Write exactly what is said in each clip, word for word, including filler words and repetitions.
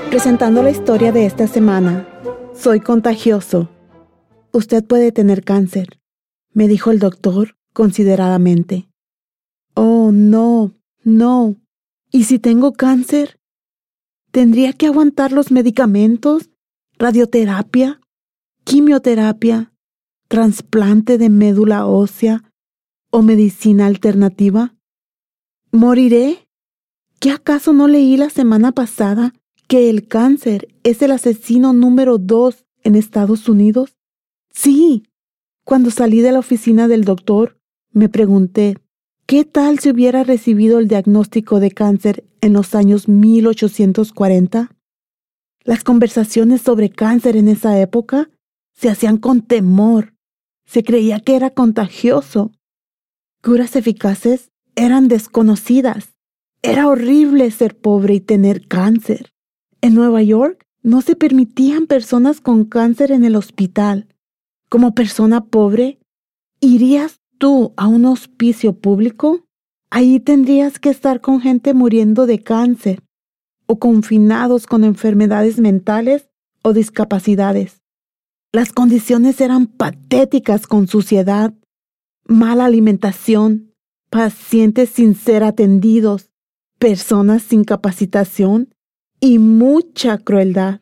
Presentando la historia de esta semana. Soy contagioso. Usted puede tener cáncer, me dijo el doctor consideradamente. Oh, no, no. ¿Y si tengo cáncer? ¿Tendría que aguantar los medicamentos, radioterapia, quimioterapia, trasplante de médula ósea o medicina alternativa? ¿Moriré? ¿Qué acaso no leí la semana pasada que el cáncer es el asesino número dos en Estados Unidos? Sí. Cuando salí de la oficina del doctor, me pregunté, ¿qué tal si hubiera recibido el diagnóstico de cáncer en los años mil ochocientos cuarenta? Las conversaciones sobre cáncer en esa época se hacían con temor. Se creía que era contagioso. Curas eficaces eran desconocidas. Era horrible ser pobre y tener cáncer. En Nueva York no se permitían personas con cáncer en el hospital. Como persona pobre, ¿irías tú a un hospicio público? Ahí tendrías que estar con gente muriendo de cáncer o confinados con enfermedades mentales o discapacidades. Las condiciones eran patéticas, con suciedad, mala alimentación, pacientes sin ser atendidos, personas sin capacitación y mucha crueldad.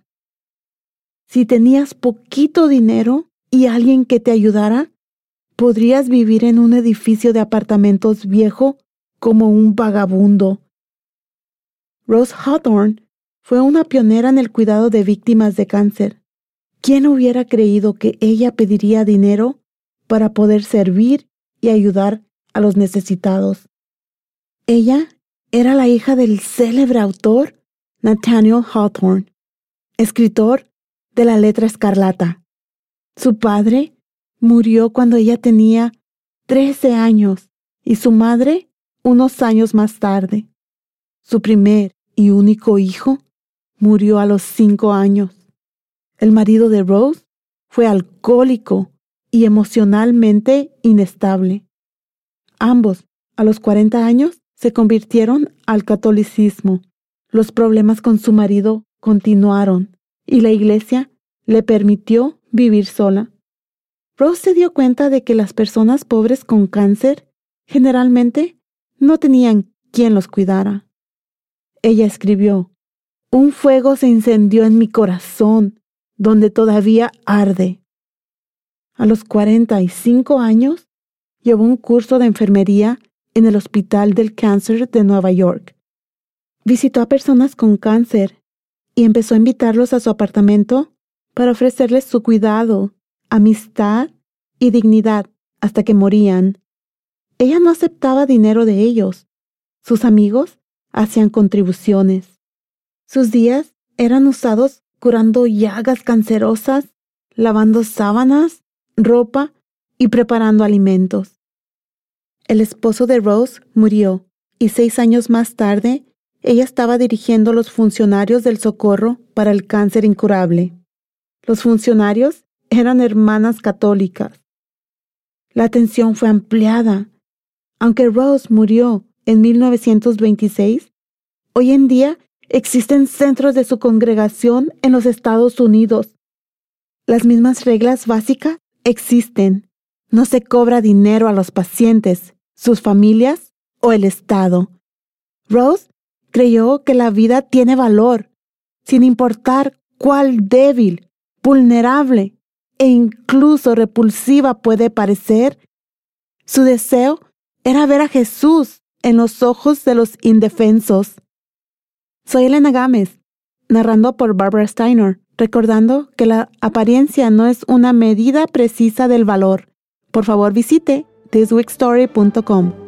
Si tenías poquito dinero y alguien que te ayudara, podrías vivir en un edificio de apartamentos viejo como un vagabundo. Rose Hawthorne fue una pionera en el cuidado de víctimas de cáncer. ¿Quién hubiera creído que ella pediría dinero para poder servir y ayudar a los necesitados? Ella era la hija del célebre autor Nathaniel Hawthorne, escritor de La Letra Escarlata. Su padre murió cuando ella tenía trece años y su madre unos años más tarde. Su primer y único hijo murió a los cinco años. El marido de Rose fue alcohólico y emocionalmente inestable. Ambos, a los cuarenta años, se convirtieron al catolicismo. Los problemas con su marido continuaron y la iglesia le permitió vivir sola. Rose se dio cuenta de que las personas pobres con cáncer generalmente no tenían quien los cuidara. Ella escribió, «Un fuego se incendió en mi corazón, donde todavía arde». A los cuarenta y cinco años, llevó un curso de enfermería en el Hospital del Cáncer de Nueva York. Visitó a personas con cáncer y empezó a invitarlos a su apartamento para ofrecerles su cuidado, amistad y dignidad hasta que morían. Ella no aceptaba dinero de ellos. Sus amigos hacían contribuciones. Sus días eran usados curando llagas cancerosas, lavando sábanas, ropa y preparando alimentos. El esposo de Rose murió y seis años más tarde ella estaba dirigiendo los funcionarios del socorro para el cáncer incurable. Los funcionarios eran hermanas católicas. La atención fue ampliada. Aunque Rose murió en mil novecientos veintiséis, hoy en día existen centros de su congregación en los Estados Unidos. Las mismas reglas básicas existen. No se cobra dinero a los pacientes, sus familias o el Estado. Rose creyó que la vida tiene valor, sin importar cuál débil, vulnerable e incluso repulsiva puede parecer. Su deseo era ver a Jesús en los ojos de los indefensos. Soy Elena Gámez, narrando por Barbara Steiner, recordando que la apariencia no es una medida precisa del valor. Por favor, visite this week story punto com.